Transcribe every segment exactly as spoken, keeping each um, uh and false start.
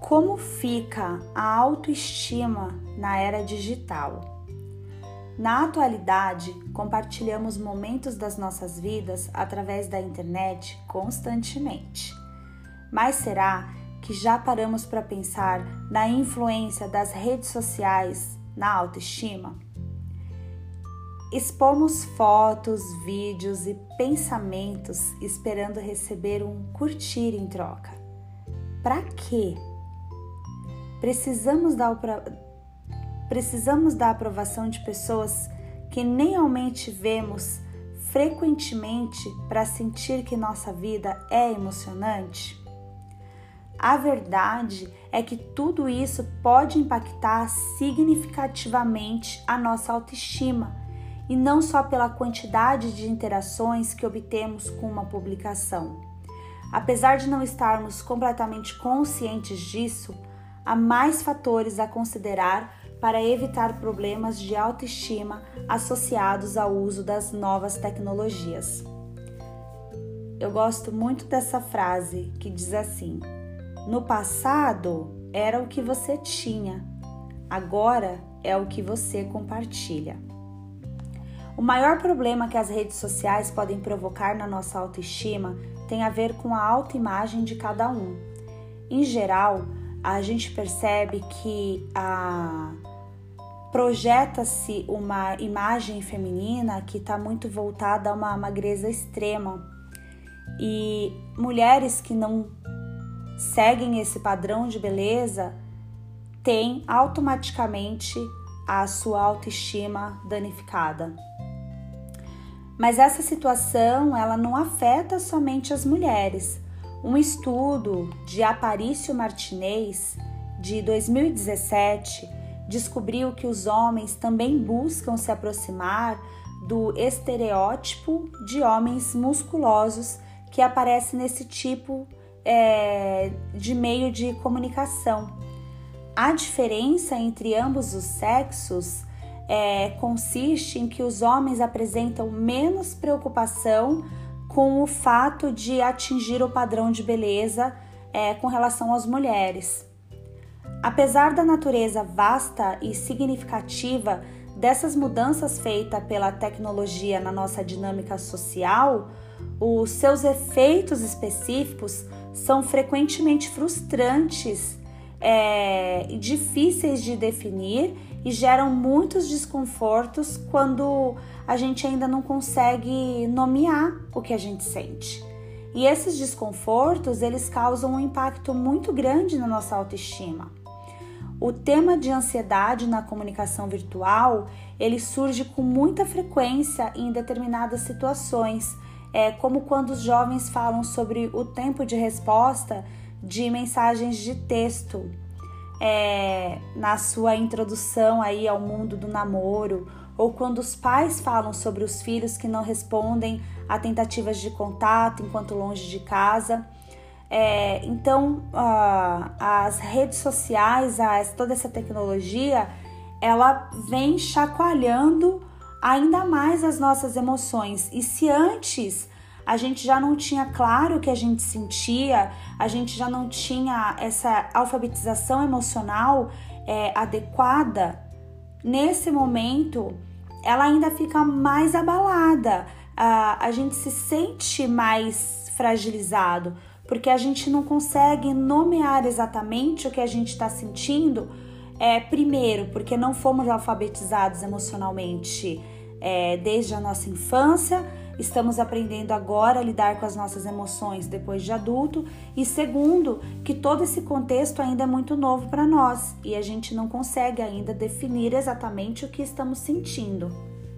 Como fica a autoestima na era digital? Na atualidade, compartilhamos momentos das nossas vidas através da internet constantemente. Mas será que já paramos para pensar na influência das redes sociais na autoestima? Expomos fotos, vídeos e pensamentos esperando receber um curtir em troca. Para quê? Precisamos da, precisamos da aprovação de pessoas que nem realmente vemos frequentemente para sentir que nossa vida é emocionante? A verdade é que tudo isso pode impactar significativamente a nossa autoestima, e não só pela quantidade de interações que obtemos com uma publicação. Apesar de não estarmos completamente conscientes disso, há mais fatores a considerar para evitar problemas de autoestima associados ao uso das novas tecnologias. Eu gosto muito dessa frase que diz assim: no passado era o que você tinha, agora é o que você compartilha. O maior problema que as redes sociais podem provocar na nossa autoestima tem a ver com a autoimagem de cada um. Em geral, a gente percebe que a... projeta-se uma imagem feminina que está muito voltada a uma magreza extrema. E mulheres que não seguem esse padrão de beleza têm automaticamente a sua autoestima danificada. Mas essa situação, ela não afeta somente as mulheres. Um estudo de Aparício Martinez, de dois mil e dezessete, descobriu que os homens também buscam se aproximar do estereótipo de homens musculosos que aparece nesse tipo é, de meio de comunicação. A diferença entre ambos os sexos É, consiste em que os homens apresentam menos preocupação com o fato de atingir o padrão de beleza é, com relação às mulheres. Apesar da natureza vasta e significativa dessas mudanças feitas pela tecnologia na nossa dinâmica social, os seus efeitos específicos são frequentemente frustrantes é, e difíceis de definir e geram muitos desconfortos quando a gente ainda não consegue nomear o que a gente sente. E esses desconfortos, eles causam um impacto muito grande na nossa autoestima. O tema de ansiedade na comunicação virtual, ele surge com muita frequência em determinadas situações, é, como quando os jovens falam sobre o tempo de resposta de mensagens de texto, É, na sua introdução aí ao mundo do namoro, ou quando os pais falam sobre os filhos que não respondem a tentativas de contato enquanto longe de casa. É, então, uh, as redes sociais, as, toda essa tecnologia, ela vem chacoalhando ainda mais as nossas emoções. E se antes a gente já não tinha claro o que a gente sentia, a gente já não tinha essa alfabetização emocional é, adequada, nesse momento ela ainda fica mais abalada, a, a gente se sente mais fragilizado, porque a gente não consegue nomear exatamente o que a gente está sentindo, é, primeiro, porque não fomos alfabetizados emocionalmente é, desde a nossa infância. Estamos aprendendo agora a lidar com as nossas emoções depois de adulto. E segundo, que todo esse contexto ainda é muito novo para nós e a gente não consegue ainda definir exatamente o que estamos sentindo.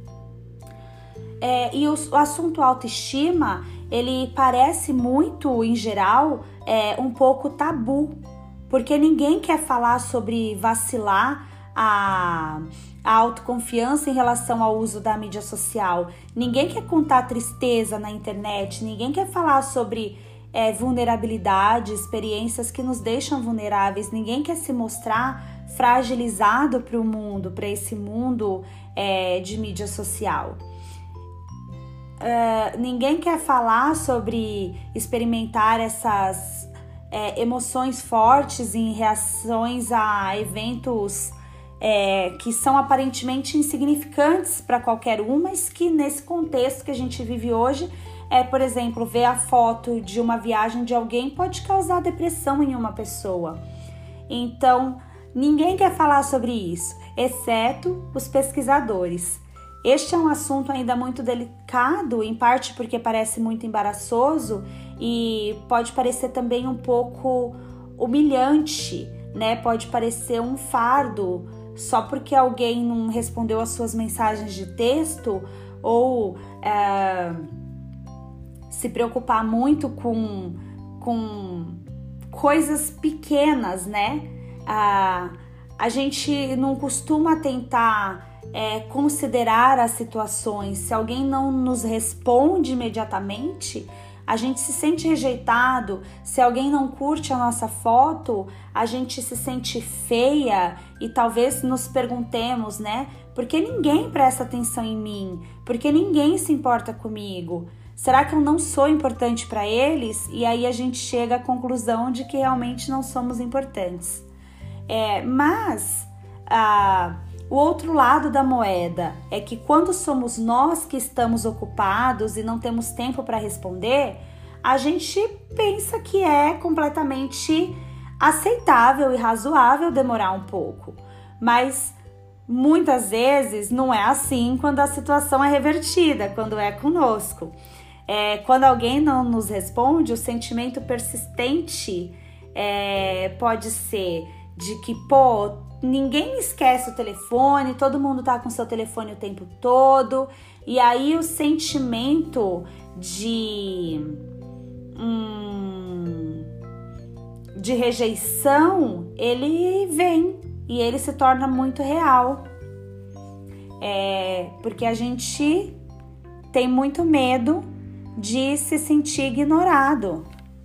É, e o, o assunto autoestima, ele parece muito, em geral, é, um pouco tabu, porque ninguém quer falar sobre vacilar a... a autoconfiança em relação ao uso da mídia social. Ninguém quer contar tristeza na internet, ninguém quer falar sobre é, vulnerabilidade, experiências que nos deixam vulneráveis, ninguém quer se mostrar fragilizado para o mundo, para esse mundo é, de mídia social. Uh, ninguém quer falar sobre experimentar essas é, emoções fortes em reações a eventos é, que são aparentemente insignificantes para qualquer um, mas que nesse contexto que a gente vive hoje, é, por exemplo, ver a foto de uma viagem de alguém pode causar depressão em uma pessoa. Então, ninguém quer falar sobre isso, exceto os pesquisadores. Este é um assunto ainda muito delicado, em parte porque parece muito embaraçoso e pode parecer também um pouco humilhante, né? Pode parecer um fardo só porque alguém não respondeu às suas mensagens de texto ou é, se preocupar muito com, com coisas pequenas, né? A, a gente não costuma tentar É, considerar as situações. Se alguém não nos responde imediatamente, a gente se sente rejeitado. Se alguém não curte a nossa foto, a gente se sente feia e talvez nos perguntemos, né? Por que ninguém presta atenção em mim? Por que ninguém se importa comigo? Será que eu não sou importante para eles? E aí a gente chega à conclusão de que realmente não somos importantes. É, mas... Ah, O outro lado da moeda é que quando somos nós que estamos ocupados e não temos tempo para responder, a gente pensa que é completamente aceitável e razoável demorar um pouco. Mas muitas vezes não é assim quando a situação é revertida, quando é conosco. É, quando alguém não nos responde, o sentimento persistente é, pode ser de que, pô, ninguém esquece o telefone, todo mundo tá com seu telefone o tempo todo, e aí o sentimento de, hum, de rejeição, ele vem e ele se torna muito real. É, porque a gente tem muito medo de se sentir ignorado.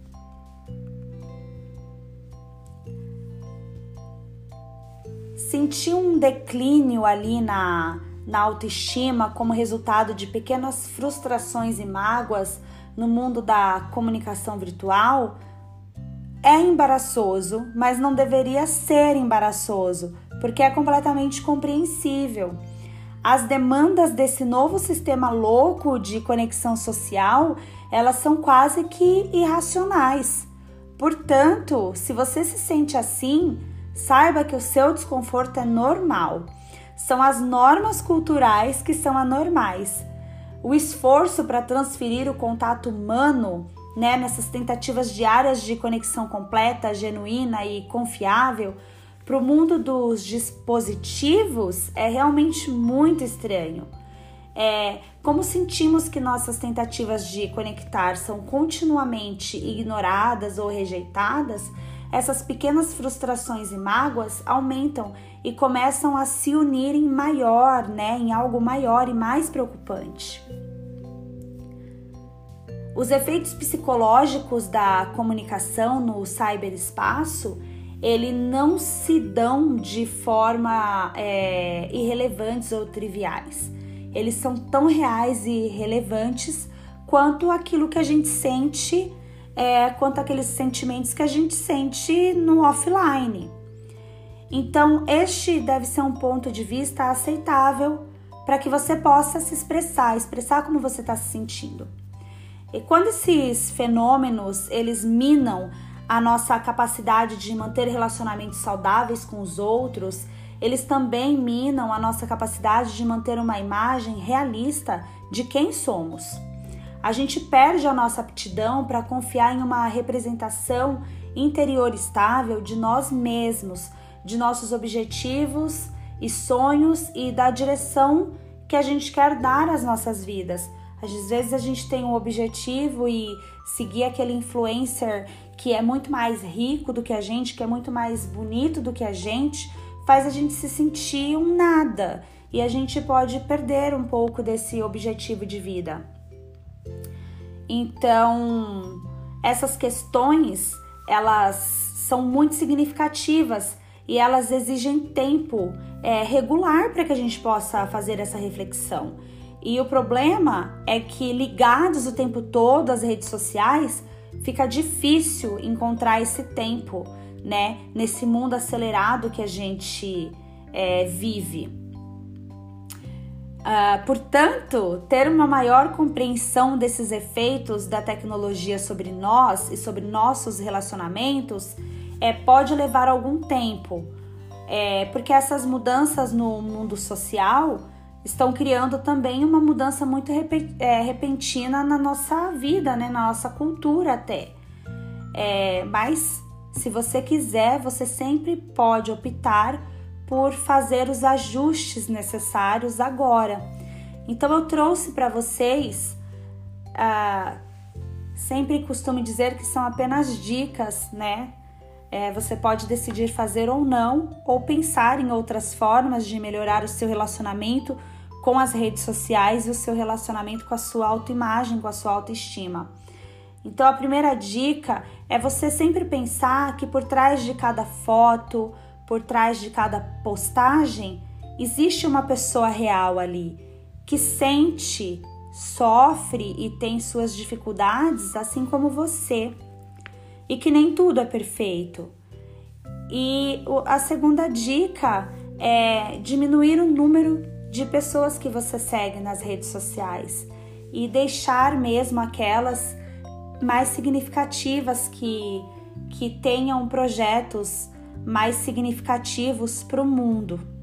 Sentir um declínio ali na, na autoestima como resultado de pequenas frustrações e mágoas no mundo da comunicação virtual é embaraçoso, mas não deveria ser embaraçoso, porque é completamente compreensível. As demandas desse novo sistema louco de conexão social, elas são quase que irracionais. Portanto, se você se sente assim, saiba que o seu desconforto é normal. São as normas culturais que são anormais. O esforço para transferir o contato humano, né, nessas tentativas diárias de conexão completa, genuína e confiável para o mundo dos dispositivos é realmente muito estranho. É, como sentimos que nossas tentativas de conectar são continuamente ignoradas ou rejeitadas, essas pequenas frustrações e mágoas aumentam e começam a se unir em maior, né, em algo maior e mais preocupante. Os efeitos psicológicos da comunicação no ciberespaço, ele não se dão de forma é, irrelevantes ou triviais. Eles são tão reais e relevantes quanto aquilo que a gente sente É, quanto aqueles sentimentos que a gente sente no offline. Então, este deve ser um ponto de vista aceitável para que você possa se expressar, expressar como você está se sentindo. E quando esses fenômenos, eles minam a nossa capacidade de manter relacionamentos saudáveis com os outros, eles também minam a nossa capacidade de manter uma imagem realista de quem somos. A gente perde a nossa aptidão para confiar em uma representação interior estável de nós mesmos, de nossos objetivos e sonhos e da direção que a gente quer dar às nossas vidas. Às vezes a gente tem um objetivo e seguir aquele influencer que é muito mais rico do que a gente, que é muito mais bonito do que a gente, faz a gente se sentir um nada e a gente pode perder um pouco desse objetivo de vida. Então, essas questões, elas são muito significativas e elas exigem tempo é, regular para que a gente possa fazer essa reflexão. E o problema é que, ligados o tempo todo às redes sociais, fica difícil encontrar esse tempo, né? Nesse mundo acelerado que a gente é, vive. Uh, portanto, ter uma maior compreensão desses efeitos da tecnologia sobre nós e sobre nossos relacionamentos é, pode levar algum tempo, é, porque essas mudanças no mundo social estão criando também uma mudança muito é, repentina na nossa vida, né? Na nossa cultura até. É, mas, se você quiser, você sempre pode optar por fazer os ajustes necessários agora. Então eu trouxe para vocês, ah, sempre costumo dizer que são apenas dicas, né? É, você pode decidir fazer ou não, ou pensar em outras formas de melhorar o seu relacionamento com as redes sociais e o seu relacionamento com a sua autoimagem, com a sua autoestima. Então a primeira dica é você sempre pensar que por trás de cada foto, por trás de cada postagem, existe uma pessoa real ali, que sente, sofre e tem suas dificuldades, assim como você. E que nem tudo é perfeito. E a segunda dica é diminuir o número de pessoas que você segue nas redes sociais e deixar mesmo aquelas mais significativas que, que tenham projetos mais significativos para o mundo.